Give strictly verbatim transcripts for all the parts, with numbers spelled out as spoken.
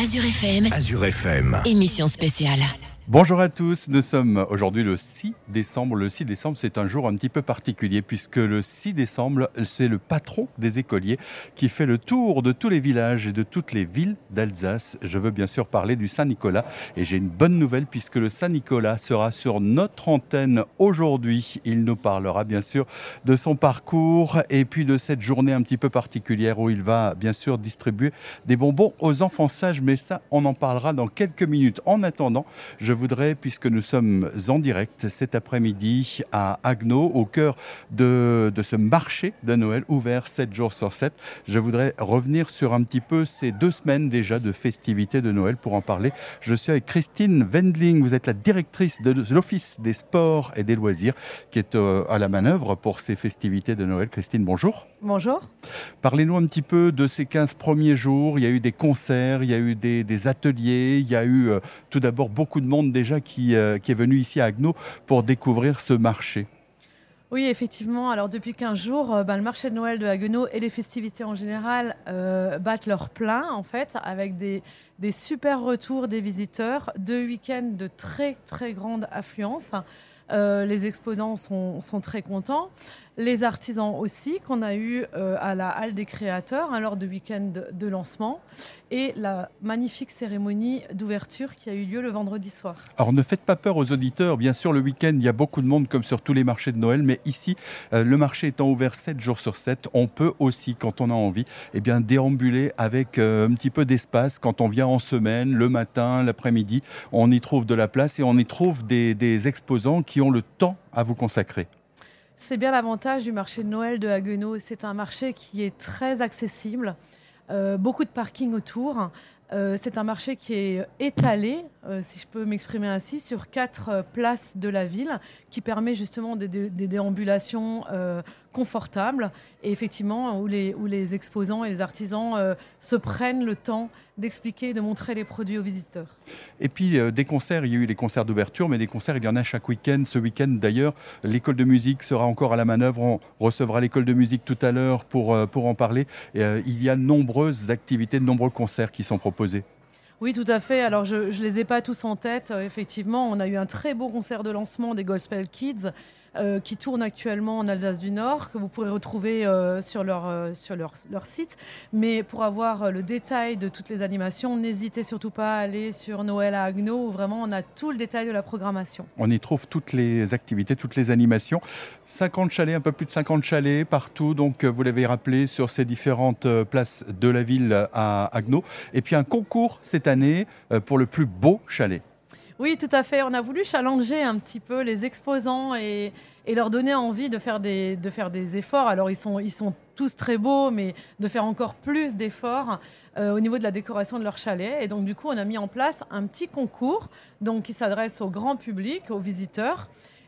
Azure F M. Azure F M. Émission spéciale. Bonjour à tous, nous sommes aujourd'hui le six décembre. Le six décembre, c'est un jour un petit peu particulier puisque le six décembre, c'est le patron des écoliers qui fait le tour de tous les villages et de toutes les villes d'Alsace. Je veux bien sûr parler du Saint-Nicolas et j'ai une bonne nouvelle puisque le Saint-Nicolas sera sur notre antenne aujourd'hui. Il nous parlera bien sûr de son parcours et puis de cette journée un petit peu particulière où il va bien sûr distribuer des bonbons aux enfants sages. Mais ça, on en parlera dans quelques minutes. En attendant, je voudrais, puisque nous sommes en direct cet après-midi à Haguenau, au cœur de, de ce marché de Noël ouvert sept jours sur sept, je voudrais revenir sur un petit peu ces deux semaines déjà de festivités de Noël. Pour en parler, je suis avec Christine Wendling. Vous êtes la directrice de l'Office des sports et des loisirs qui est euh, à la manœuvre pour ces festivités de Noël. Christine, bonjour. Bonjour. Parlez-nous un petit peu de ces quinze premiers jours. Il y a eu des concerts, il y a eu des, des ateliers, il y a eu euh, tout d'abord beaucoup de monde déjà qui, euh, qui est venu ici à Haguenau pour découvrir ce marché. Oui, effectivement. Alors depuis quinze jours, euh, ben, le marché de Noël de Haguenau et les festivités en général euh, battent leur plein, en fait, avec des, des super retours des visiteurs, deux week-ends de très très grande affluence. Euh, les exposants sont, sont très contents. Les artisans aussi, qu'on a eu euh, à la Halle des Créateurs hein, lors de week-end de, de lancement. Et la magnifique cérémonie d'ouverture qui a eu lieu le vendredi soir. Alors ne faites pas peur aux auditeurs. Bien sûr, le week-end, il y a beaucoup de monde comme sur tous les marchés de Noël. Mais ici, euh, le marché étant ouvert sept jours sur sept, on peut aussi, quand on a envie, eh bien, déambuler avec euh, un petit peu d'espace. Quand on vient en semaine, le matin, l'après-midi, on y trouve de la place et on y trouve des, des exposants qui ont le temps à vous consacrer. C'est bien l'avantage du marché de Noël de Haguenau. C'est un marché qui est très accessible, euh, beaucoup de parking autour. Euh, c'est un marché qui est étalé, euh, si je peux m'exprimer ainsi, sur quatre euh, places de la ville, qui permet justement des, des, des déambulations euh, confortables et effectivement où les, où les exposants et les artisans euh, se prennent le temps d'expliquer, de montrer les produits aux visiteurs. Et puis euh, des concerts, il y a eu les concerts d'ouverture, mais des concerts, il y en a chaque week-end. Ce week-end d'ailleurs, l'école de musique sera encore à la manœuvre. On recevra l'école de musique tout à l'heure pour, euh, pour en parler. Et, euh, il y a de nombreuses activités, de nombreux concerts qui sont proposés. Oui, tout à fait. Alors, je ne les ai pas tous en tête. Euh, effectivement, on a eu un très beau concert de lancement des Gospel Kids euh, qui tourne actuellement en Alsace du Nord, que vous pourrez retrouver euh, sur, leur, euh, sur leur, leur site. Mais pour avoir euh, le détail de toutes les animations, n'hésitez surtout pas à aller sur Noël à Haguenau, où vraiment on a tout le détail de la programmation. On y trouve toutes les activités, toutes les animations. cinquante chalets, un peu plus de cinquante chalets partout. Donc, vous l'avez rappelé, sur ces différentes places de la ville à Haguenau. Et puis, un concours cette année pour le plus beau chalet. Oui, tout à fait. On a voulu challenger un petit peu les exposants et, et leur donner envie de faire des, de faire des efforts. Alors, ils sont, ils sont tous très beaux, mais de faire encore plus d'efforts euh, au niveau de la décoration de leur chalet. Et donc, du coup, on a mis en place un petit concours donc, qui s'adresse au grand public, aux visiteurs.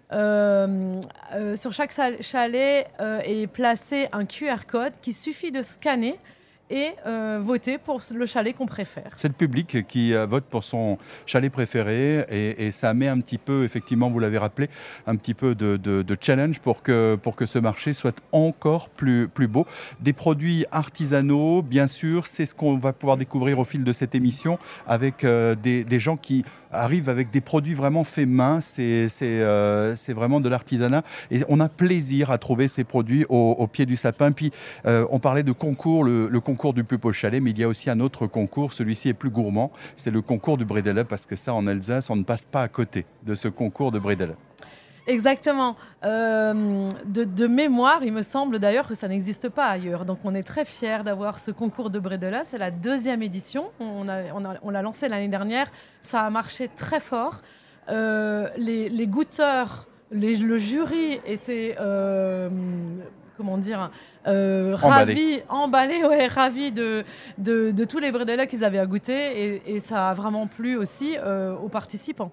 Euh, euh, sur chaque chalet euh, est placé un Q R code qu'il suffit de scanner et euh, voter pour le chalet qu'on préfère. C'est le public qui euh, vote pour son chalet préféré et, et ça met un petit peu, effectivement, vous l'avez rappelé, un petit peu de, de, de challenge pour que, pour que ce marché soit encore plus, plus beau. Des produits artisanaux, bien sûr, c'est ce qu'on va pouvoir découvrir au fil de cette émission avec euh, des, des gens qui arrivent avec des produits vraiment faits main. C'est, c'est, euh, c'est vraiment de l'artisanat et on a plaisir à trouver ces produits au, au pied du sapin. Puis euh, on parlait de concours, le, le concours du plus beau chalet, mais il y a aussi un autre concours, celui-ci est plus gourmand, c'est le concours du Bredele, parce que ça en Alsace, on ne passe pas à côté de ce concours de Bredele. Exactement. Euh, de, de mémoire, il me semble d'ailleurs que ça n'existe pas ailleurs. Donc on est très fiers d'avoir ce concours de Bredela. C'est la deuxième édition. On, a, on, a, on l'a lancé l'année dernière. Ça a marché très fort. Euh, les, les goûteurs, les, le jury était... Euh, comment dire, euh, ravis, emballés, ouais, ravis de, de, de tous les bredela qu'ils avaient à goûter et, et ça a vraiment plu aussi euh, aux participants.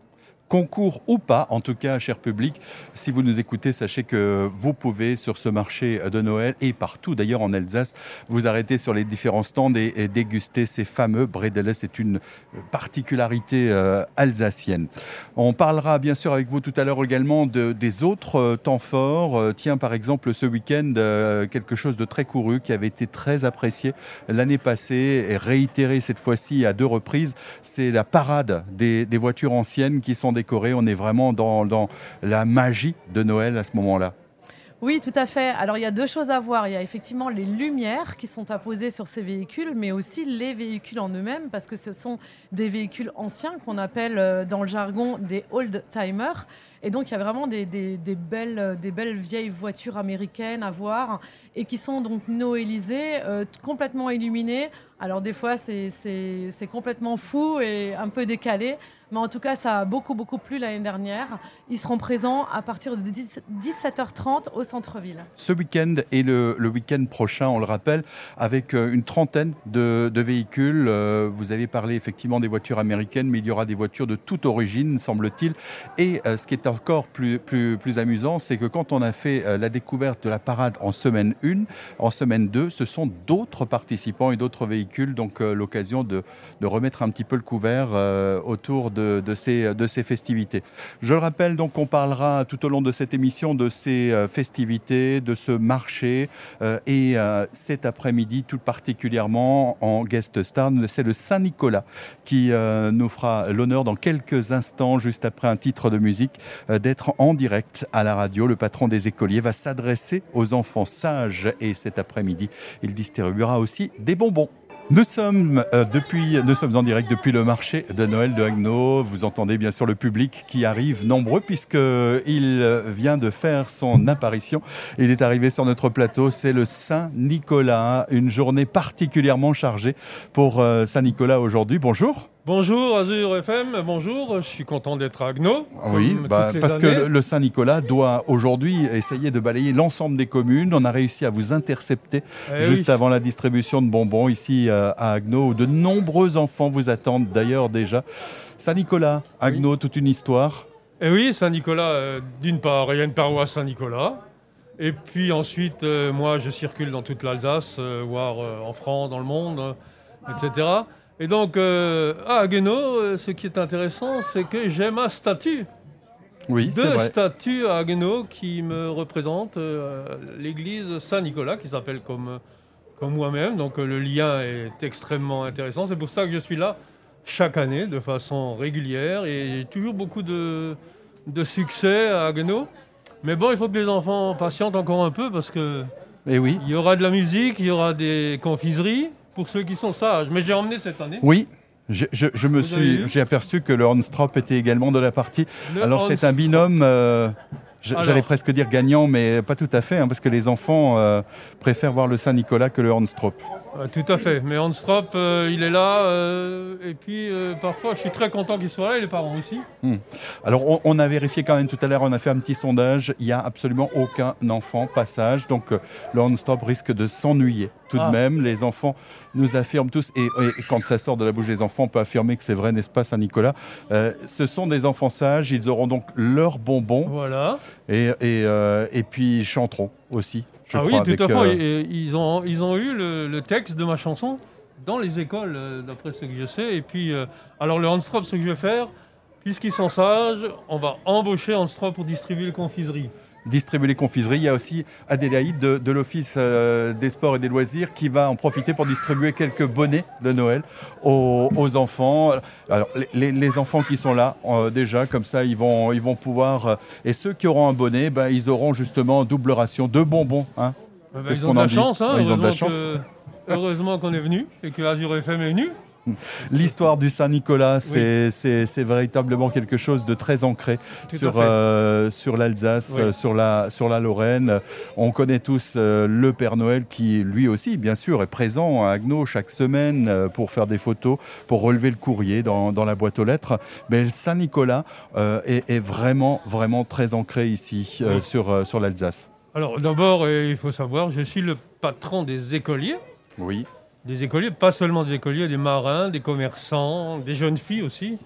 concours ou pas. En tout cas, cher public, si vous nous écoutez, sachez que vous pouvez sur ce marché de Noël et partout d'ailleurs en Alsace, vous arrêter sur les différents stands et, et déguster ces fameux bredele. C'est une particularité euh, alsacienne. On parlera bien sûr avec vous tout à l'heure également de, des autres euh, temps forts. Euh, tiens, par exemple, ce week-end, euh, quelque chose de très couru qui avait été très apprécié l'année passée et réitéré cette fois-ci à deux reprises. C'est la parade des, des voitures anciennes qui sont décorées. On est vraiment dans, dans la magie de Noël à ce moment-là. Oui, tout à fait. Alors, il y a deux choses à voir. Il y a effectivement les lumières qui sont apposées sur ces véhicules, mais aussi les véhicules en eux-mêmes, parce que ce sont des véhicules anciens qu'on appelle euh, dans le jargon des old-timers. Et donc, il y a vraiment des, des, des, belles, des belles vieilles voitures américaines à voir et qui sont donc noélisées, euh, complètement illuminées. Alors, des fois, c'est, c'est, c'est complètement fou et un peu décalé. Mais en tout cas, ça a beaucoup, beaucoup plu l'année dernière. Ils seront présents à partir de dix-sept heures trente au centre-ville. Ce week-end et le, le week-end prochain, on le rappelle, avec une trentaine de, de véhicules. Vous avez parlé effectivement des voitures américaines, mais il y aura des voitures de toute origine, semble-t-il. Et ce qui est encore plus, plus, plus amusant, c'est que quand on a fait la découverte de la parade en semaine un, en semaine deux, ce sont d'autres participants et d'autres véhicules. Donc l'occasion de, de remettre un petit peu le couvert autour de De, de, ces, de ces festivités. Je le rappelle, donc, on parlera tout au long de cette émission de ces euh, festivités, de ce marché euh, et euh, cet après-midi, tout particulièrement en guest star, c'est le Saint-Nicolas qui euh, nous fera l'honneur dans quelques instants, juste après un titre de musique, euh, d'être en direct à la radio. Le patron des écoliers va s'adresser aux enfants sages et cet après-midi, il distribuera aussi des bonbons. Nous sommes, euh, depuis, nous sommes en direct depuis le marché de Noël de Haguenau. Vous entendez bien sûr le public qui arrive nombreux puisqu'il vient de faire son apparition. Il est arrivé sur notre plateau, c'est le Saint-Nicolas, une journée particulièrement chargée pour euh, Saint-Nicolas aujourd'hui. Bonjour. Bonjour Azur F M, bonjour, je suis content d'être à Haguenau. Oui, bah, parce années. que le Saint-Nicolas doit aujourd'hui essayer de balayer l'ensemble des communes. On a réussi à vous intercepter eh juste oui. avant la distribution de bonbons ici à Haguenau, où de nombreux enfants vous attendent d'ailleurs déjà. Saint-Nicolas, Haguenau, oui. toute une histoire. Eh oui, Saint-Nicolas, euh, d'une part, il y a une paroisse Saint-Nicolas. Et puis ensuite, euh, moi je circule dans toute l'Alsace, euh, voire euh, en France, dans le monde, euh, et cetera. Et donc, euh, à Haguenau, ce qui est intéressant, c'est que j'ai ma statue. Oui, c'est vrai. Deux statues à Haguenau qui me représentent euh, l'église Saint-Nicolas, qui s'appelle comme, comme moi-même. Donc, euh, le lien est extrêmement intéressant. C'est pour ça que je suis là chaque année, de façon régulière. Et j'ai toujours beaucoup de, de succès à Haguenau. Mais bon, il faut que les enfants patientent encore un peu parce que Et oui. il y aura de la musique, il y aura des confiseries. Pour ceux qui sont sages, mais j'ai emmené cette année. Oui, je, je, je me Vous suis, j'ai aperçu que le Hornstrop était également de la partie. Le Alors c'est un binôme, euh, j'allais presque dire gagnant, mais pas tout à fait, hein, parce que les enfants euh, préfèrent voir le Saint-Nicolas que le Hornstrop. Euh, tout à fait, mais Hornstrop, euh, il est là, euh, et puis euh, parfois je suis très content qu'il soit là, et les parents aussi. Hmm. Alors on, on a vérifié quand même tout à l'heure, on a fait un petit sondage, il n'y a absolument aucun enfant passage, donc euh, le Hornstrop risque de s'ennuyer. Tout ah. de même, les enfants nous affirment tous, et, et quand ça sort de la bouche des enfants, on peut affirmer que c'est vrai, n'est-ce pas, Saint-Nicolas, euh, ce sont des enfants sages, ils auront donc leurs bonbons, voilà. et, et, euh, et puis ils chanteront aussi. Je ah crois, oui, tout avec, à fait, euh... ils, ont, ils ont eu le, le texte de ma chanson dans les écoles, euh, d'après ce que je sais, et puis, euh, alors le Hornstrop, ce que je vais faire, puisqu'ils sont sages, on va embaucher Hornstrop pour distribuer les confiseries. Distribuer les confiseries. Il y a aussi Adélaïde de, de l'Office euh, des sports et des loisirs qui va en profiter pour distribuer quelques bonnets de Noël aux, aux enfants. Alors, les, les enfants qui sont là, euh, déjà, comme ça, ils vont, ils vont pouvoir... Euh, et ceux qui auront un bonnet, ben, ils auront justement double ration, deux bonbons. Hein. Ben, ils, ont qu'on chance, hein, ouais, ils ont de la chance. Que, heureusement qu'on est venu et que Azur F M est venu. L'histoire du Saint-Nicolas, c'est, oui. c'est, c'est véritablement quelque chose de très ancré sur, euh, sur l'Alsace, oui. sur, la, sur la Lorraine. On connaît tous euh, le Père Noël qui, lui aussi, bien sûr, est présent à Haguenau chaque semaine euh, pour faire des photos, pour relever le courrier dans, dans la boîte aux lettres. Mais le Saint-Nicolas euh, est, est vraiment, vraiment très ancré ici, euh, oui. sur, euh, sur l'Alsace. Alors d'abord, il faut savoir, je suis le patron des écoliers. Oui. Des écoliers, pas seulement des écoliers, des marins, des commerçants, des jeunes filles aussi,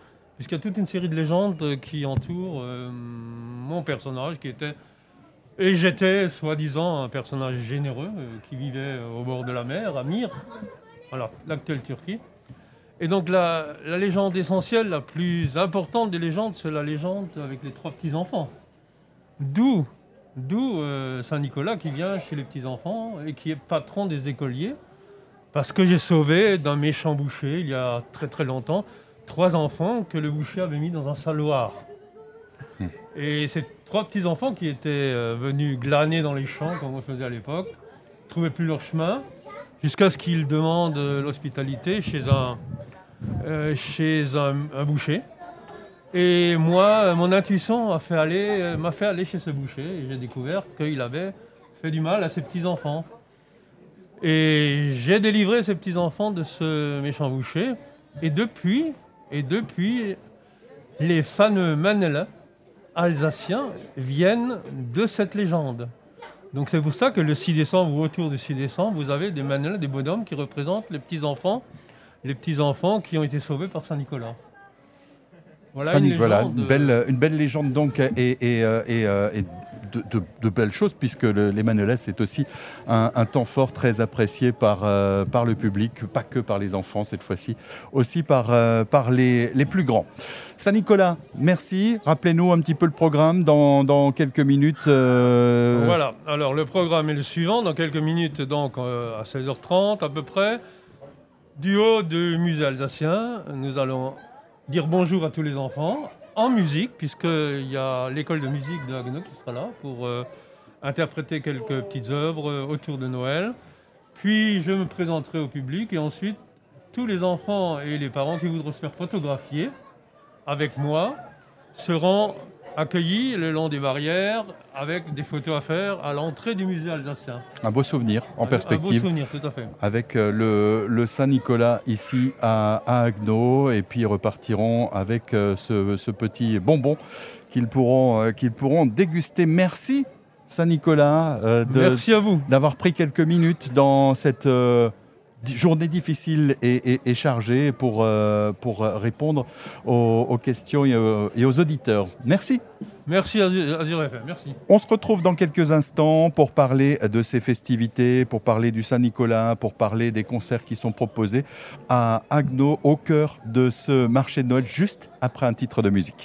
puisqu'il y a toute une série de légendes qui entourent euh, mon personnage, qui était, et j'étais soi-disant un personnage généreux, euh, qui vivait au bord de la mer, à Mir, voilà, l'actuelle Turquie. Et donc la, la légende essentielle, la plus importante des légendes, c'est la légende avec les trois petits-enfants. D'où, d'où euh, Saint-Nicolas qui vient chez les petits-enfants et qui est patron des écoliers, parce que j'ai sauvé d'un méchant boucher, il y a très très longtemps, trois enfants que le boucher avait mis dans un saloir. Mmh. Et ces trois petits-enfants qui étaient euh, venus glaner dans les champs, comme on faisait à l'époque, ne trouvaient plus leur chemin, jusqu'à ce qu'ils demandent l'hospitalité chez un, euh, chez un, un boucher. Et moi, mon intuition m'a fait aller, m'a fait aller chez ce boucher et j'ai découvert qu'il avait fait du mal à ses petits-enfants. Et j'ai délivré ces petits-enfants de ce méchant boucher. Et depuis, et depuis les fameux mannelas alsaciens viennent de cette légende. Donc c'est pour ça que le six décembre ou autour du six décembre, vous avez des mannelas, des bonhommes qui représentent les petits-enfants, les petits-enfants qui ont été sauvés par Saint-Nicolas. Voilà Saint-Nicolas, une, une, belle, une belle légende donc et, et, et, et, et de, de, de belles choses puisque le, les mannelas c'est aussi un, un temps fort très apprécié par, euh, par le public, pas que par les enfants cette fois-ci, aussi par, euh, par les, les plus grands. Saint-Nicolas, merci. Rappelez-nous un petit peu le programme dans, dans quelques minutes. Euh... Voilà, alors le programme est le suivant. Dans quelques minutes, donc euh, à seize heures trente à peu près, du haut du musée alsacien, nous allons dire bonjour à tous les enfants en musique, puisqu'il y a l'école de musique de Haguenau qui sera là pour euh, interpréter quelques petites œuvres euh, autour de Noël. Puis je me présenterai au public et ensuite tous les enfants et les parents qui voudront se faire photographier avec moi seront accueillis le long des barrières avec des photos à faire à l'entrée du musée alsacien. Un beau souvenir en perspective. Un beau souvenir, tout à fait. Avec le, le Saint-Nicolas ici à, à Haguenau et puis ils repartiront avec ce, ce petit bonbon qu'ils pourront, qu'ils pourront déguster. Merci Saint-Nicolas euh, de, Merci à vous d'avoir pris quelques minutes dans cette euh, journée difficile et, et, et chargée pour, euh, pour répondre aux, aux questions et aux, et aux auditeurs. Merci. Merci Azure F M, merci. On se retrouve dans quelques instants pour parler de ces festivités, pour parler du Saint-Nicolas, pour parler des concerts qui sont proposés à Haguenau, au cœur de ce marché de Noël, juste après un titre de musique.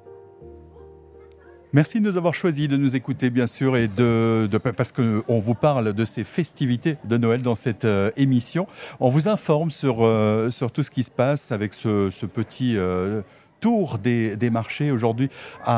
Merci de nous avoir choisi, de nous écouter bien sûr, et de, de, parce qu'on vous parle de ces festivités de Noël dans cette euh, émission. On vous informe sur, euh, sur tout ce qui se passe avec ce, ce petit... Euh, tour des, des marchés aujourd'hui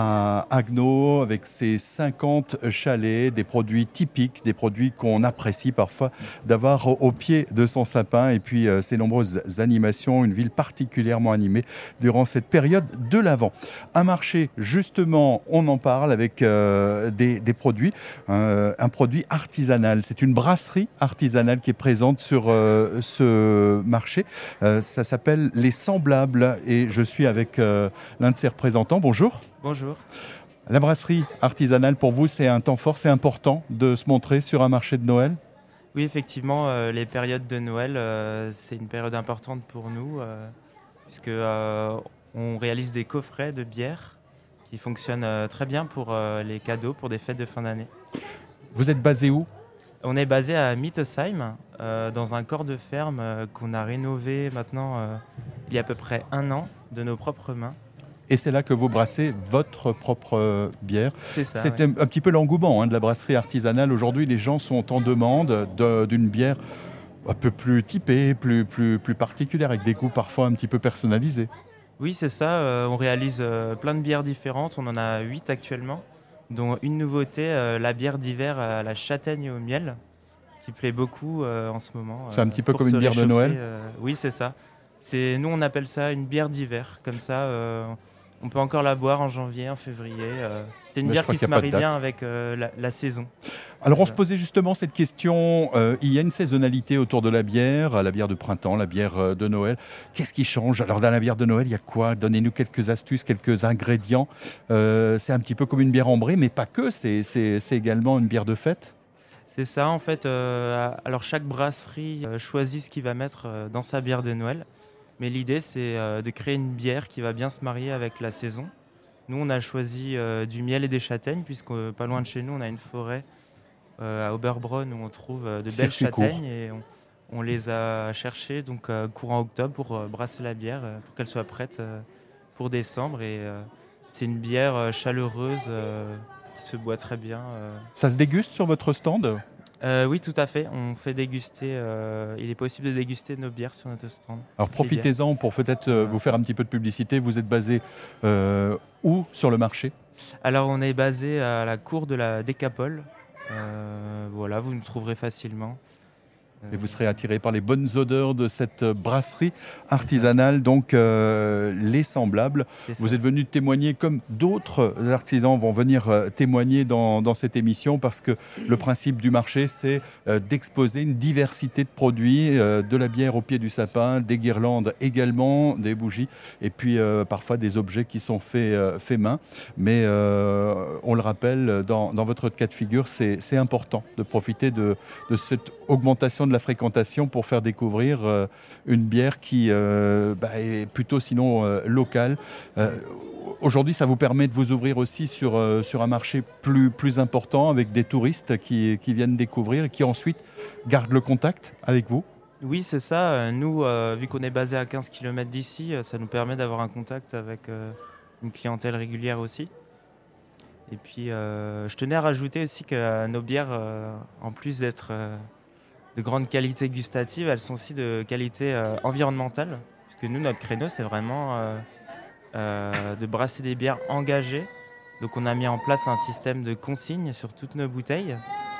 à Haguenau avec ses cinquante chalets, des produits typiques, des produits qu'on apprécie parfois d'avoir au, au pied de son sapin et puis euh, ces nombreuses animations, une ville particulièrement animée durant cette période de l'Avent. Un marché, justement, on en parle avec euh, des, des produits, euh, un produit artisanal. C'est une brasserie artisanale qui est présente sur euh, ce marché. Euh, ça s'appelle Les Semblables et je suis avec euh, l'un de ses représentants. Bonjour. Bonjour. La brasserie artisanale, pour vous, c'est un temps fort, c'est important de se montrer sur un marché de Noël ? Oui, effectivement, euh, les périodes de Noël, euh, c'est une période importante pour nous, euh, puisque euh, on réalise des coffrets de bière qui fonctionnent euh, très bien pour euh, les cadeaux, pour des fêtes de fin d'année. Vous êtes basé où ? On est basé à Mittesheim, euh, dans un corps de ferme euh, qu'on a rénové maintenant euh, il y a à peu près un an, de nos propres mains. Et c'est là que vous brassez votre propre bière. C'est ça. C'est ouais. un, un petit peu l'engouement hein, de la brasserie artisanale. Aujourd'hui, les gens sont en demande de, d'une bière un peu plus typée, plus, plus, plus particulière, avec des goûts parfois un petit peu personnalisés. Oui, c'est ça. Euh, on réalise euh, plein de bières différentes. On en a huit actuellement, dont une nouveauté, euh, la bière d'hiver à la châtaigne au miel, qui plaît beaucoup euh, en ce moment. C'est un petit peu pour comme une se bière de Noël euh, Oui, c'est ça. C'est, nous, on appelle ça une bière d'hiver. Comme ça, euh, on peut encore la boire en janvier, en février. Euh, c'est une Mais bière qui se marie bien avec euh, la, la saison. Alors, on se posait justement cette question. Euh, il y a une saisonnalité autour de la bière, la bière de printemps, la bière de Noël. Qu'est-ce qui change ? Alors, dans la bière de Noël, il y a quoi ? Donnez-nous quelques astuces, quelques ingrédients. Euh, c'est un petit peu comme une bière ambrée, mais pas que. C'est, c'est, c'est également une bière de fête. C'est ça, en fait. Euh, alors, chaque brasserie euh, choisit ce qu'il va mettre euh, dans sa bière de Noël. Mais l'idée, c'est euh, de créer une bière qui va bien se marier avec la saison. Nous, on a choisi euh, du miel et des châtaignes, puisque euh, pas loin de chez nous, on a une forêt euh, à Oberbronn où on trouve euh, de belles Circuit court. châtaignes. Et on, on les a cherchées donc, euh, courant octobre pour euh, brasser la bière, euh, pour qu'elle soit prête euh, pour décembre. Et euh, c'est une bière euh, chaleureuse euh, qui se boit très bien. euh. Ça se déguste sur votre stand ? Euh, oui, tout à fait. On fait déguster. euh, il est possible de déguster nos bières sur notre stand. Alors profitez-en pour peut-être euh, vous faire un petit peu de publicité. Vous êtes basé euh, où sur le marché ? Alors, on est basé à la cour de la Décapole. Euh, voilà, vous nous trouverez facilement. Et vous serez attiré par les bonnes odeurs de cette brasserie artisanale, donc euh, les semblables. C'est ça. Vous êtes venu témoigner, comme d'autres artisans vont venir euh, témoigner dans, dans cette émission, parce que le principe du marché, c'est euh, d'exposer une diversité de produits, euh, de la bière au pied du sapin, des guirlandes également, des bougies, et puis euh, parfois des objets qui sont faits, euh, faits main. Mais euh, on le rappelle, dans, dans votre cas de figure, c'est, c'est important de profiter de, de cette augmentation de la fréquentation pour faire découvrir euh, une bière qui euh, bah, est plutôt sinon euh, locale. Euh, aujourd'hui, ça vous permet de vous ouvrir aussi sur, euh, sur un marché plus, plus important avec des touristes qui, qui viennent découvrir et qui ensuite gardent le contact avec vous. Oui, c'est ça. Euh, Nous, euh, vu qu'on est basé à quinze kilomètres d'ici, euh, ça nous permet d'avoir un contact avec euh, une clientèle régulière aussi. Et puis, euh, je tenais à rajouter aussi que euh, nos bières, euh, en plus d'être euh, de grande qualité gustative, elles sont aussi de qualité euh, environnementale. Parce que nous, notre créneau, c'est vraiment euh, euh, de brasser des bières engagées. Donc, on a mis en place un système de consigne sur toutes nos bouteilles.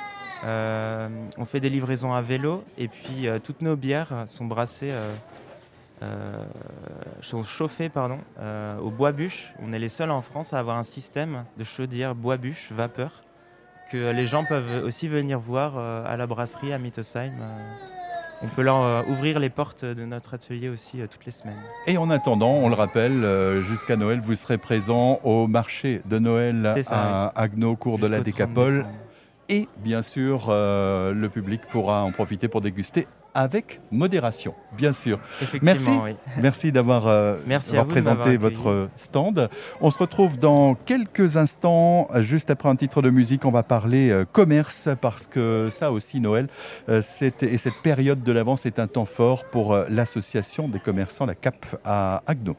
Euh, on fait des livraisons à vélo et puis euh, toutes nos bières sont brassées, euh, euh, sont chauffées pardon, euh, au bois-bûche. On est les seuls en France à avoir un système de chaudière bois-bûche vapeur que les gens peuvent aussi venir voir euh, à la brasserie à Mittosheim. Euh, on peut leur euh, ouvrir les portes de notre atelier aussi euh, toutes les semaines. Et en attendant, on le rappelle, euh, jusqu'à Noël, vous serez présent au marché de Noël C'est ça, à Haguenau, cours de la Jusqu'au trente Décapole. décembre. Et bien sûr, euh, le public pourra en profiter pour déguster avec modération, bien sûr. Effectivement, Merci. oui. Merci d'avoir, euh, Merci à d'avoir vous de présenté m'avoir accueilli. votre stand. On se retrouve dans quelques instants, euh, juste après un titre de musique. On va parler euh, commerce, parce que ça aussi, Noël, euh, c'est- et cette période de l'Avent, c'est un temps fort pour euh, l'association des commerçants, la C A P à Haguenau.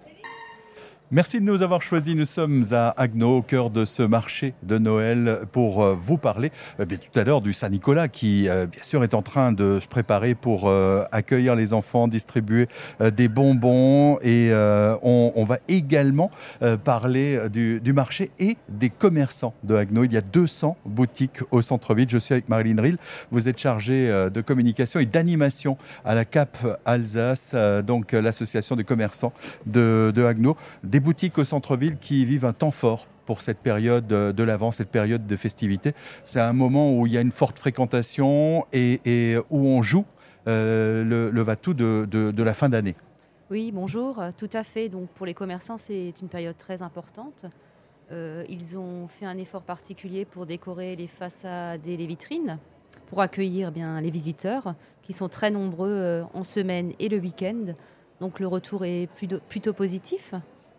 Merci de nous avoir choisis. Nous sommes à Haguenau, au cœur de ce marché de Noël, pour euh, vous parler euh, bien, tout à l'heure du Saint-Nicolas, qui euh, bien sûr est en train de se préparer pour euh, accueillir les enfants, distribuer euh, des bonbons. Et euh, on, on va également euh, parler du, du marché et des commerçants de Haguenau. Il y a deux cents boutiques au centre-ville. Je suis avec Marilyn Rill. Vous êtes chargée euh, de communication et d'animation à la C A P Alsace, euh, donc euh, l'association des commerçants de, de Haguenau. Des boutiques au centre-ville qui vivent un temps fort pour cette période de l'Avent, cette période de festivité. C'est un moment où il y a une forte fréquentation et, et où on joue euh, le, le va-tout de, de, de la fin d'année. Oui, bonjour, euh, tout à fait. Donc pour les commerçants, c'est une période très importante. Euh, ils ont fait un effort particulier pour décorer les façades et les vitrines, pour accueillir bien les visiteurs, qui sont très nombreux euh, en semaine et le week-end. Donc le retour est plutôt, plutôt positif.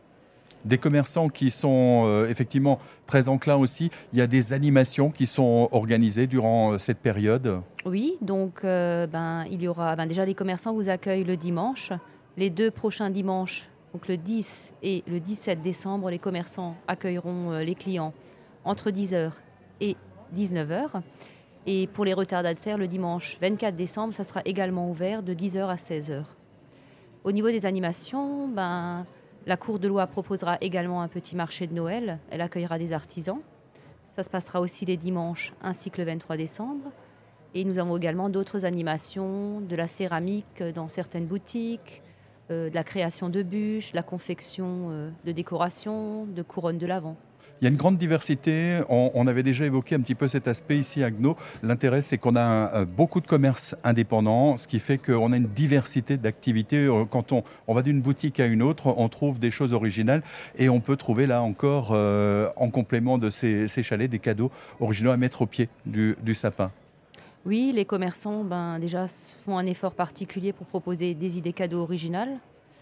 Des commerçants qui sont euh, effectivement très enclins aussi. Il y a des animations qui sont organisées durant euh, cette période. Oui, donc euh, ben, il y aura ben, déjà les commerçants vous accueillent le dimanche. Les deux prochains dimanches, donc le dix et le dix-sept décembre, les commerçants accueilleront euh, les clients entre dix heures et dix-neuf heures. Et pour les retardataires, le dimanche vingt-quatre décembre, ça sera également ouvert de dix heures à seize heures. Au niveau des animations, ben, la Cour de Loire proposera également un petit marché de Noël. Elle accueillera des artisans. Ça se passera aussi les dimanches ainsi que le vingt-trois décembre. Et nous avons également d'autres animations, de la céramique dans certaines boutiques, euh, de la création de bûches, de la confection euh, de décorations, de couronnes de l'Avent. Il y a une grande diversité. On, on avait déjà évoqué un petit peu cet aspect ici à Haguenau. L'intérêt, c'est qu'on a un, un, beaucoup de commerces indépendants, ce qui fait qu'on a une diversité d'activités. Quand on, on va d'une boutique à une autre, on trouve des choses originales et on peut trouver là encore, euh, en complément de ces, ces chalets, des cadeaux originaux à mettre au pied du, du sapin. Oui, les commerçants ben, déjà font un effort particulier pour proposer des idées cadeaux originales.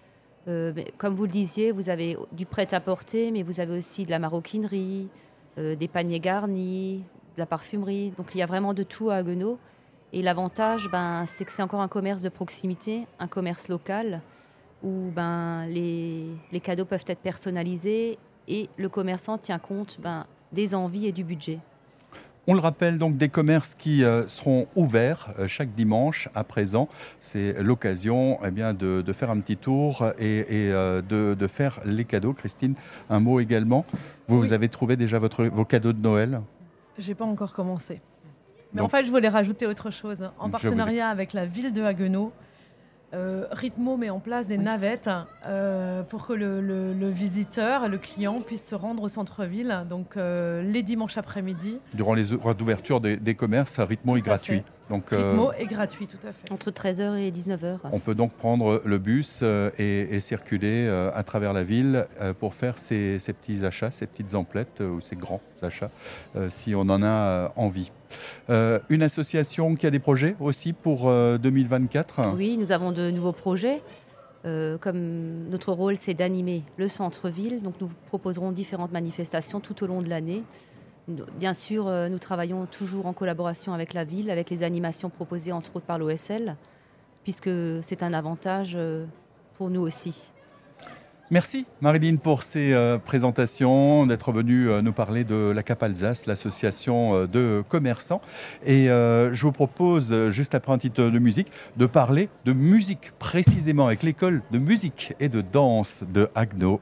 Euh, mais comme vous le disiez, vous avez du prêt-à-porter, mais vous avez aussi de la maroquinerie, euh, des paniers garnis, de la parfumerie. Donc il y a vraiment de tout à Haguenau. Et l'avantage, ben, c'est que c'est encore un commerce de proximité, un commerce local, où ben, les, les cadeaux peuvent être personnalisés et le commerçant tient compte ben, des envies et du budget. On le rappelle, donc des commerces qui euh, seront ouverts euh, chaque dimanche à présent. C'est l'occasion eh bien, de, de faire un petit tour et, et euh, de, de faire les cadeaux. Christine, un mot également. Vous, Oui. vous avez trouvé déjà votre, vos cadeaux de Noël? J'ai pas encore commencé. Mais Donc- en fait, je voulais rajouter autre chose. En Je partenariat avec la ville de Haguenau, euh, Ritmo met en place des navettes euh, pour que le, le- le visiteur, le client puisse se rendre au centre-ville. Donc euh, les dimanches après-midi, Durant les heures d'ouverture des, des commerces, Ritmo Tout est à gratuit. fait. Donc, euh, Ritmo est gratuit, tout à fait. Entre treize heures et dix-neuf heures. on peut donc prendre le bus euh, et, et circuler euh, à travers la ville euh, pour faire ces, ces petits achats, ces petites emplettes euh, ou ces grands achats, euh, si on en a euh, envie. Euh, une association qui a des projets aussi pour euh, deux mille vingt-quatre. Oui, nous avons de nouveaux projets. Euh, comme notre rôle, c'est d'animer le centre-ville. Donc nous vous proposerons différentes manifestations tout au long de l'année. Nous- Bien sûr, euh, nous travaillons toujours en collaboration avec la ville, avec les animations proposées entre autres par l'O S L, puisque c'est un avantage euh, pour nous aussi. Merci Marilyn pour ces euh, présentations, d'être venue euh, nous parler de la C A P Alsace, l'association euh, de commerçants. Et euh, je vous propose, euh, juste après un titre de musique, de parler de musique précisément avec l'école de musique et de danse de Haguenau.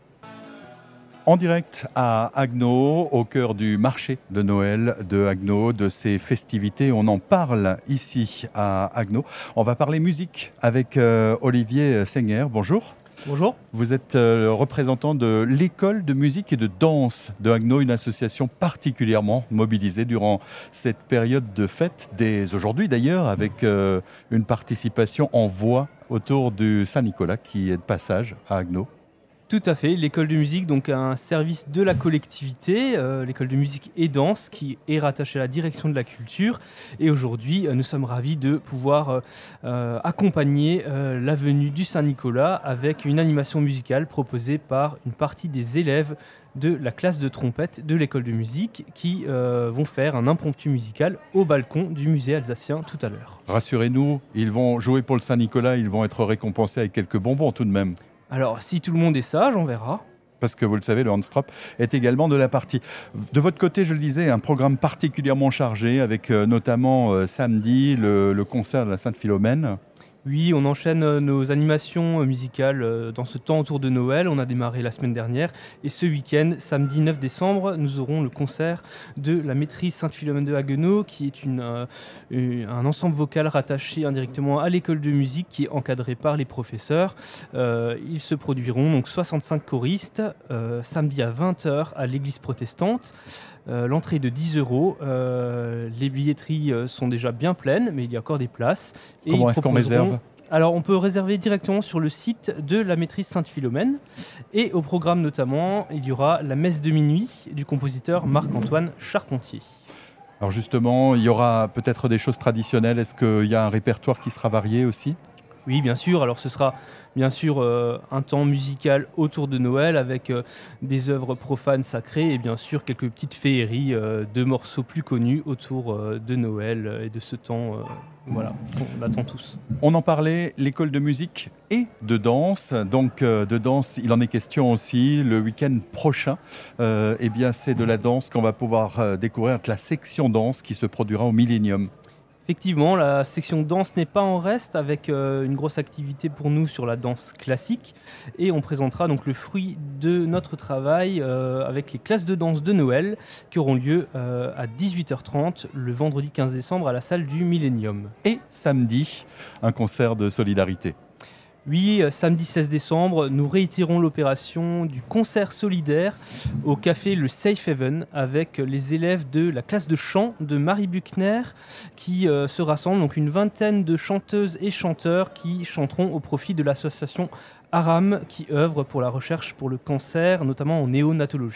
En direct à Haguenau, au cœur du marché de Noël de Haguenau, de ces festivités. On en parle ici à Haguenau. On va parler musique avec euh, Olivier Senger. Bonjour. Bonjour. Vous êtes euh, le représentant de l'école de musique et de danse de Haguenau, une association particulièrement mobilisée durant cette période de fête, dès aujourd'hui d'ailleurs, avec euh, une participation en voix autour du Saint-Nicolas qui est de passage à Haguenau. Tout à fait, l'école de musique, donc un service de la collectivité, euh, l'école de musique et danse qui est rattachée à la direction de la culture. Et aujourd'hui, euh, nous sommes ravis de pouvoir euh, euh, accompagner euh, la venue du Saint-Nicolas avec une animation musicale proposée par une partie des élèves de la classe de trompette de l'école de musique qui euh, vont faire un impromptu musical au balcon du musée alsacien tout à l'heure. Rassurez-nous, ils vont jouer pour le Saint-Nicolas, ils vont être récompensés avec quelques bonbons tout de même. Alors, si tout le monde est sage, on verra. Parce que vous le savez, le Handstrop est également de la partie. De votre côté, je le disais, un programme particulièrement chargé avec euh, notamment euh, samedi le, le concert de la Sainte-Philomène. Oui, on enchaîne euh, nos animations euh, musicales euh, dans ce temps autour de Noël. On a démarré la semaine dernière. Et ce week-end, samedi neuf décembre, nous aurons le concert de la maîtrise Sainte-Philomène de Haguenau, qui est une, euh, une- un ensemble vocal rattaché indirectement à l'école de musique, qui est encadré par les professeurs. Euh, ils se produiront donc soixante-cinq choristes, euh, samedi à vingt heures à l'église protestante. Euh, L'entrée est de dix euros. Euh, les billetteries euh, sont déjà bien pleines, mais il y a encore des places. Et Comment ils est-ce qu'on proposeront- réserve ? Alors, on peut réserver directement sur le site de la maîtrise Sainte-Philomène. Et au programme notamment, il y aura la messe de minuit du compositeur Marc-Antoine Charpentier. Alors justement, il y aura peut-être des choses traditionnelles. Est-ce qu'il y a un répertoire qui sera varié aussi ? Oui, bien sûr. Alors, ce sera bien sûr euh, un temps musical autour de Noël avec euh, des œuvres profanes sacrées et bien sûr quelques petites féeries euh, de morceaux plus connus autour euh, de Noël et de ce temps euh, voilà, qu'on attend tous. On en parlait, l'école de musique et de danse. Donc euh, de danse, il en est question aussi le week-end prochain. Euh, eh bien, c'est de la danse qu'on va pouvoir euh, découvrir avec la section danse qui se produira au Millennium. Effectivement, la section danse n'est pas en reste avec euh, une grosse activité pour nous sur la danse classique et on présentera donc le fruit de notre travail euh, avec les classes de danse de Noël qui auront lieu euh, à dix-huit heures trente le vendredi quinze décembre à la salle du Millennium. Et samedi, un concert de solidarité. Oui, euh, samedi seize décembre, nous réitérons l'opération du concert solidaire au café Le Safe Haven avec les élèves de la classe de chant de Marie Buchner qui euh, se rassemblent, donc une vingtaine de chanteuses et chanteurs qui chanteront au profit de l'association Aram qui œuvre pour la recherche pour le cancer, notamment en néonatologie.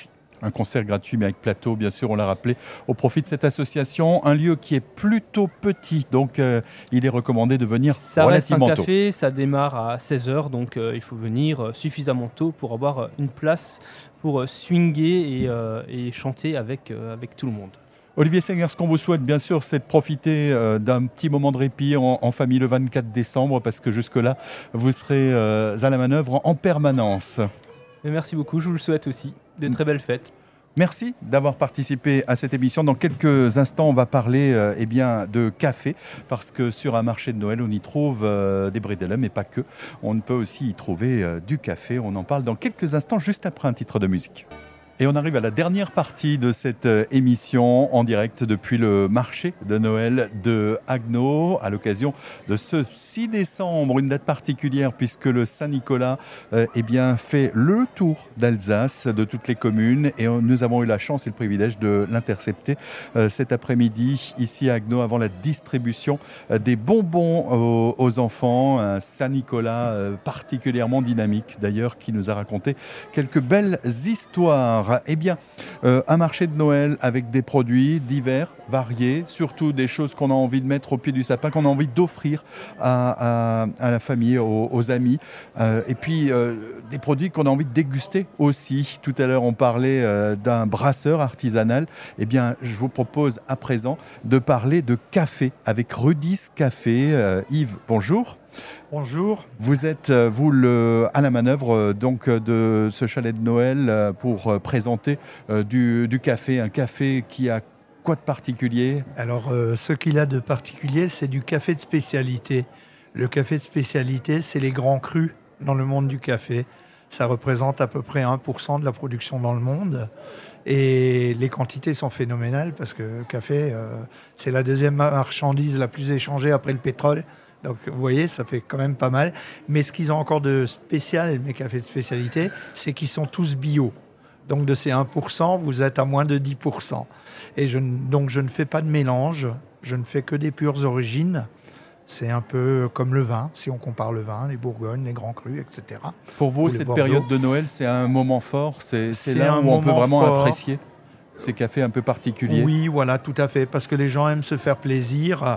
Un concert gratuit, mais avec plateau, bien sûr, on l'a rappelé, au profit de cette association. Un lieu qui est plutôt petit, donc euh, il est recommandé de venir ça relativement reste un tôt. café, ça démarre à seize heures, donc euh, il faut venir euh, suffisamment tôt pour avoir euh, une place pour euh, swinguer et, euh, et chanter avec, euh, avec tout le monde. Olivier Senger, ce qu'on vous souhaite, bien sûr, c'est de profiter euh, d'un petit moment de répit en, en famille le vingt-quatre décembre, parce que jusque-là, vous serez euh, à la manœuvre en, en permanence. Et merci beaucoup, je vous le souhaite aussi. De très belles fêtes. Merci d'avoir participé à cette émission. Dans quelques instants, on va parler euh, eh bien, de café, parce que sur un marché de Noël, on y trouve euh, des bredelen, mais pas que. On peut aussi y trouver euh, du café. On en parle dans quelques instants, juste après un titre de musique. Et on arrive à la dernière partie de cette émission en direct depuis le marché de Noël de Haguenau à l'occasion de ce six décembre, une date particulière puisque le Saint-Nicolas euh, eh bien, fait le tour d'Alsace, de toutes les communes, et nous avons eu la chance et le privilège de l'intercepter euh, cet après-midi ici à Haguenau avant la distribution euh, des bonbons aux, aux enfants. Un Saint-Nicolas euh, particulièrement dynamique d'ailleurs qui nous a raconté quelques belles histoires. Eh bien, euh, un marché de Noël avec des produits divers, variés, surtout des choses qu'on a envie de mettre au pied du sapin, qu'on a envie d'offrir à, à, à la famille, aux, aux amis. Euh, et puis, euh, des produits qu'on a envie de déguster aussi. Tout à l'heure, on parlait euh, d'un brasseur artisanal. Eh bien, je vous propose à présent de parler de café avec Rudis Café. Euh, Yves, bonjour. Bonjour. Vous êtes, vous, le, à la manœuvre donc, de ce chalet de Noël pour présenter euh, du, du café. Un café qui a quoi de particulier ? Alors, euh, ce qu'il a de particulier, c'est du café de spécialité. Le café de spécialité, c'est les grands crus dans le monde du café. Ça représente à peu près un pour cent de la production dans le monde. Et les quantités sont phénoménales parce que le café, euh, c'est la deuxième marchandise la plus échangée après le pétrole. Donc, vous voyez, ça fait quand même pas mal. Mais ce qu'ils ont encore de spécial, mes cafés de spécialité, c'est qu'ils sont tous bio. Donc, de ces un pour cent, vous êtes à moins de dix pour cent. Et je, donc, je ne fais pas de mélange. Je ne fais que des pures origines. C'est un peu comme le vin, si on compare le vin, les Bourgognes, les Grands Crus, et cetera. Pour vous, Ou cette Bordeaux. période de Noël, c'est un moment fort. C'est, c'est C'est là un où on peut moment vraiment fort. apprécier ces cafés un peu particuliers. Oui, voilà, tout à fait. Parce que les gens aiment se faire plaisir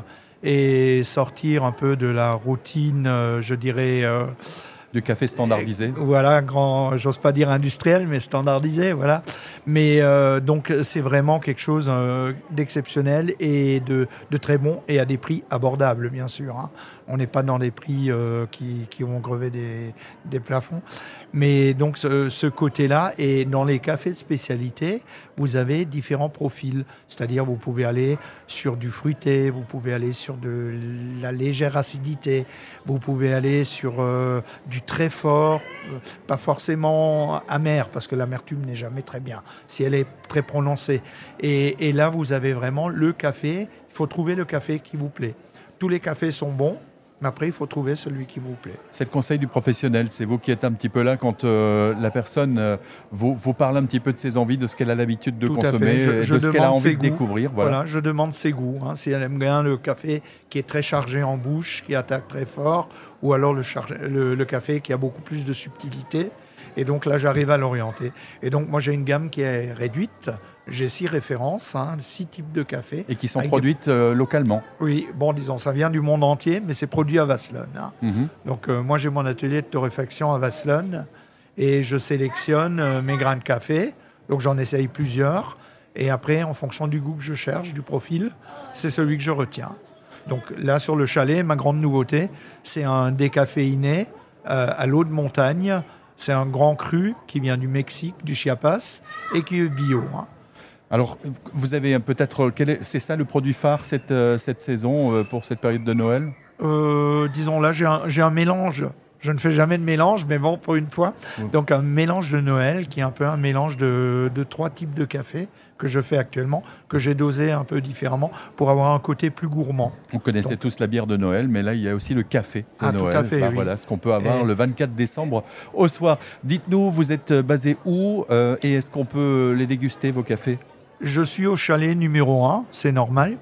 et sortir un peu de la routine, euh, je dirais... Euh, Du café standardisé. Et, voilà, grand, j'ose pas dire industriel, mais standardisé, voilà. Mais euh, donc, c'est vraiment quelque chose euh, d'exceptionnel et de, de très bon et à des prix abordables, bien sûr. Hein. On n'est pas dans des prix euh, qui, qui vont grever des, des plafonds. Mais donc, ce, ce côté-là, et dans les cafés de spécialité, vous avez différents profils. C'est-à-dire, vous pouvez aller sur du fruité, vous pouvez aller sur de la légère acidité, vous pouvez aller sur euh, du très fort, euh, pas forcément amer, parce que l'amertume n'est jamais très bien, si elle est très prononcée. Et, et là, vous avez vraiment le café. Il faut trouver le café qui vous plaît. Tous les cafés sont bons. Mais après, il faut trouver celui qui vous plaît. C'est le conseil du professionnel. C'est vous qui êtes un petit peu là quand euh, la personne euh, vous, vous parle un petit peu de ses envies, de ce qu'elle a l'habitude de Tout à consommer, fait. Je- et je de ce qu'elle a demande envie ses de goûts. découvrir. Voilà. Voilà. je demande ses goûts. Hein. Si elle aime bien le café qui est très chargé en bouche, qui attaque très fort, ou alors le, char- le, le café qui a beaucoup plus de subtilité. Et donc là, j'arrive à l'orienter. Et donc, moi, j'ai une gamme qui est réduite. J'ai six références, hein, six types de café. Et qui sont Avec produites euh, localement. Oui, bon, disons, ça vient du monde entier, mais c'est produit à Vasselonne. Hein. Mhm. Donc, euh, moi, j'ai mon atelier de torréfaction à Vasselonne et je sélectionne euh, mes grains de café. Donc, j'en essaye plusieurs. Et après, en fonction du goût que je cherche, du profil, c'est celui que je retiens. Donc, là, sur le chalet, ma grande nouveauté, c'est un décaféiné euh, à l'eau de montagne. C'est un grand cru qui vient du Mexique, du Chiapas, et qui est bio. Hein. Alors, vous avez peut-être... quel est- C'est ça le produit phare cette, euh, cette saison euh, pour cette période de Noël ? Euh, disons là, j'ai un, j'ai un mélange. Je ne fais jamais de mélange, mais bon, pour une fois. Oui. Donc, un mélange de Noël qui est un peu un mélange de, de trois types de café que je fais actuellement, que j'ai dosé un peu différemment pour avoir un côté plus gourmand. On connaissait Donc- tous la bière de Noël, mais là, il y a aussi le café de Ah, tout Noël. à fait, Bah, oui. Voilà ce qu'on peut avoir Et- le vingt-quatre décembre au soir. Dites-nous, vous êtes basé où euh, et est-ce qu'on peut les déguster, vos cafés ? Je suis au chalet numéro un, c'est normal.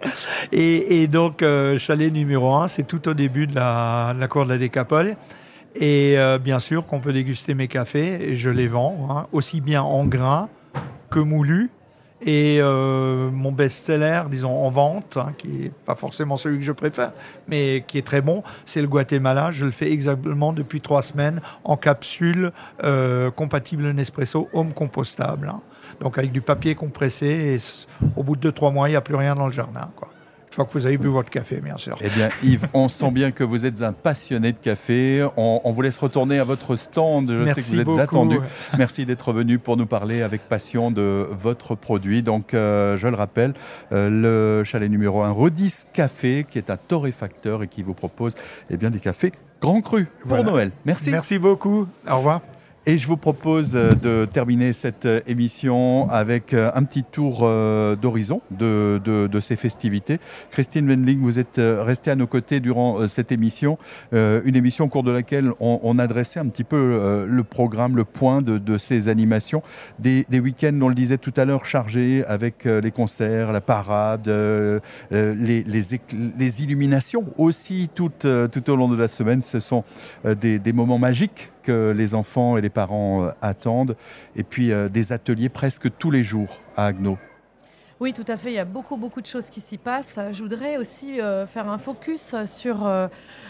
et, et donc, euh, chalet numéro un, c'est tout au début de la, de la cour de la Décapole. Et euh, bien sûr qu'on peut déguster mes cafés et je les vends, hein, aussi bien en grains que moulus. Et euh, mon best-seller, disons, en vente, hein, qui n'est pas forcément celui que je préfère, mais qui est très bon, c'est le Guatemala. Je le fais exactement depuis trois semaines en capsule euh, compatible Nespresso home compostable. Hein. Donc avec du papier compressé. Et c- au bout de deux trois mois, il n'y a plus rien dans le jardin, quoi. Une fois que vous avez bu votre café, bien sûr. Eh bien, Yves, on sent bien que vous êtes un passionné de café. On, on vous laisse retourner à votre stand. Je Merci sais que vous êtes beaucoup. attendu. Merci d'être venu pour nous parler avec passion de votre produit. Donc, euh, je le rappelle, euh, le chalet numéro un, Rodis Café, qui est un torréfacteur et qui vous propose eh bien, des cafés grand cru pour Voilà. Noël. Merci. Merci beaucoup. Au revoir. Et je vous propose euh, de terminer cette euh, émission avec euh, un petit tour euh, d'horizon de, de, de ces festivités. Christine Wendling, vous êtes euh, restée à nos côtés durant euh, cette émission, euh, une émission au cours de laquelle on, on adressait un petit peu euh, le programme, le point de, de ces animations. Des, des week-ends, on le disait tout à l'heure, chargés avec euh, les concerts, la parade, euh, euh, les, les, écl- les illuminations aussi tout, euh, tout au long de la semaine. Ce sont euh, des, des moments magiques que les enfants et les parents euh, attendent. Et puis euh, des ateliers presque tous les jours à Agno. Oui, tout à fait. Il y a beaucoup, beaucoup de choses qui s'y passent. Je voudrais aussi euh, faire un focus sur euh,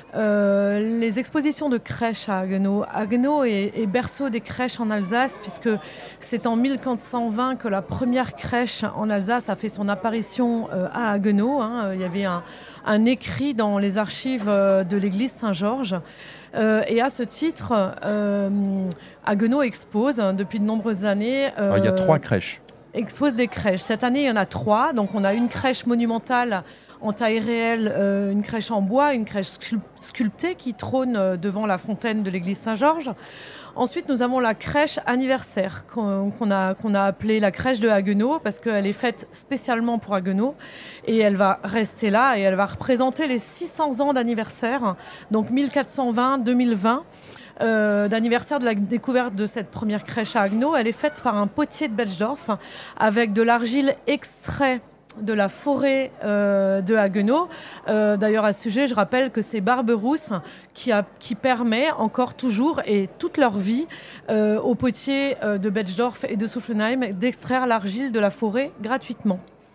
euh, les expositions de crèches à Haguenau. Haguenau est, est berceau des crèches en Alsace, puisque c'est en mille quatre cent vingt que la première crèche en Alsace a fait son apparition euh, à Haguenau. Hein. Il y avait un, un écrit dans les archives euh, de l'église Saint-Georges. Euh, et à ce titre, euh, Haguenau expose hein, depuis de nombreuses années. euh, Alors, il y a trois crèches. expose des crèches. Cette année, il y en a trois. Donc, on a une crèche monumentale en taille réelle, euh, une crèche en bois, une crèche scul- sculptée qui trône euh, devant la fontaine de l'église Saint-Georges. Ensuite, nous avons la crèche anniversaire qu'on, qu'on a, qu'on a appelée la crèche de Haguenau parce qu'elle est faite spécialement pour Haguenau et elle va rester là et elle va représenter les six cents ans d'anniversaire, donc mille quatre cent vingt deux mille vingt. Euh, d'anniversaire de la découverte de cette première crèche à Haguenau. Elle est faite par un potier de Betschdorf avec de l'argile extrait de la forêt euh, de Haguenau. Euh, d'ailleurs, à ce sujet, je rappelle que c'est Barberousse qui, a, qui permet encore toujours et toute leur vie euh, aux potiers euh, de Betschdorf et de Soufflenheim d'extraire l'argile de la forêt gratuitement.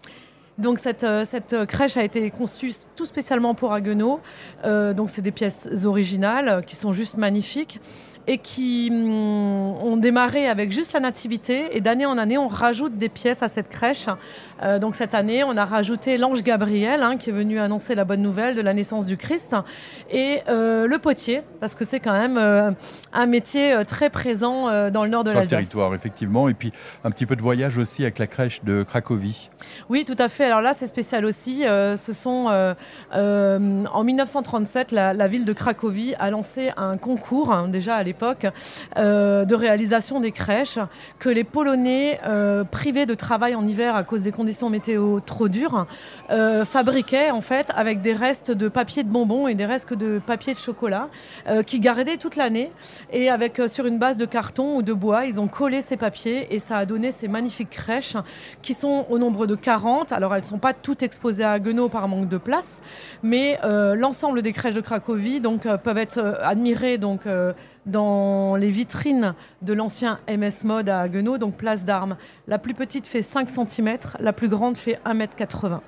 Donc cette, euh, cette crèche a été conçue tout spécialement pour Haguenau. Euh, donc c'est des pièces originales euh, qui sont juste magnifiques et qui hum, ont démarré avec juste la nativité. Et d'année en année, on rajoute des pièces à cette crèche. Euh, donc cette année, on a rajouté l'ange Gabriel hein, qui est venu annoncer la bonne nouvelle de la naissance du Christ et euh, le potier, parce que c'est quand même euh, un métier euh, très présent euh, dans le nord de Sur le l'Alsace. territoire, effectivement. Et puis un petit peu de voyage aussi avec la crèche de Cracovie. Oui, tout à fait. Alors là, c'est spécial aussi. Euh, ce sont euh, euh, en mille neuf cent trente-sept, la, la ville de Cracovie a lancé un concours, hein, déjà à l'époque, euh, de réalisation des crèches que les Polonais, euh, privés de travail en hiver à cause des conditions météo trop dures, euh, fabriquaient en fait avec des restes de papier de bonbons et des restes de papier de chocolat euh, qui gardaient toute l'année. Et avec euh, sur une base de carton ou de bois, ils ont collé ces papiers et ça a donné ces magnifiques crèches qui sont au nombre de quarante. Alors elles ne sont pas toutes exposées à Haguenau par manque de place, mais euh, l'ensemble des crèches de Cracovie donc, euh, peuvent être euh, admirées donc, euh, dans les vitrines de l'ancien M S Mode à Haguenau, donc place d'Armes. La plus petite fait cinq centimètres, la plus grande fait un mètre quatre-vingts.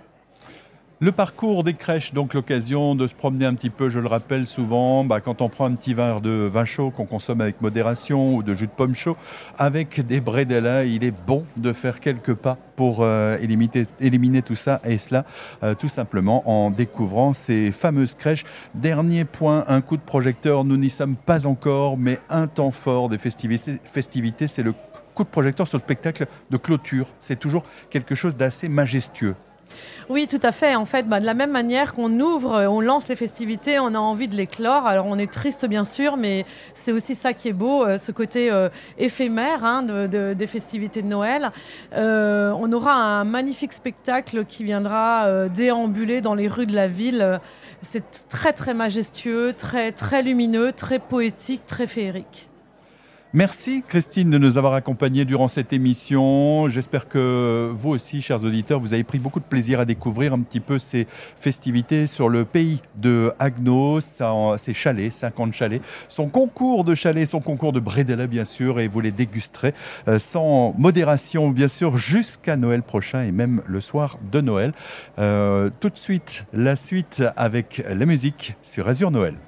Le parcours des crèches, donc l'occasion de se promener un petit peu, je le rappelle souvent, bah, quand on prend un petit verre de vin chaud qu'on consomme avec modération ou de jus de pomme chaud, avec des bredella, il est bon de faire quelques pas pour euh, éliminer, éliminer tout ça et cela euh, tout simplement en découvrant ces fameuses crèches. Dernier point, un coup de projecteur, nous n'y sommes pas encore, mais un temps fort des festivités, festivités c'est le coup de projecteur sur le spectacle de clôture. C'est toujours quelque chose d'assez majestueux. Oui, tout à fait. En fait, bah, de la même manière qu'on ouvre, on lance les festivités, on a envie de les clore. Alors, on est triste, bien sûr, mais c'est aussi ça qui est beau, euh, ce côté euh, éphémère hein, de, de, des festivités de Noël. Euh, on aura un magnifique spectacle qui viendra euh, déambuler dans les rues de la ville. C'est très, très majestueux, très, très lumineux, très poétique, très féerique. Merci Christine de nous avoir accompagnés durant cette émission. J'espère que vous aussi, chers auditeurs, vous avez pris beaucoup de plaisir à découvrir un petit peu ces festivités sur le pays de Haguenau, ses chalets, cinquante chalets, son concours de chalets, son concours de bredela bien sûr, et vous les dégusterez euh, sans modération bien sûr jusqu'à Noël prochain et même le soir de Noël. Euh, tout de suite, la suite avec la musique sur Azure Noël.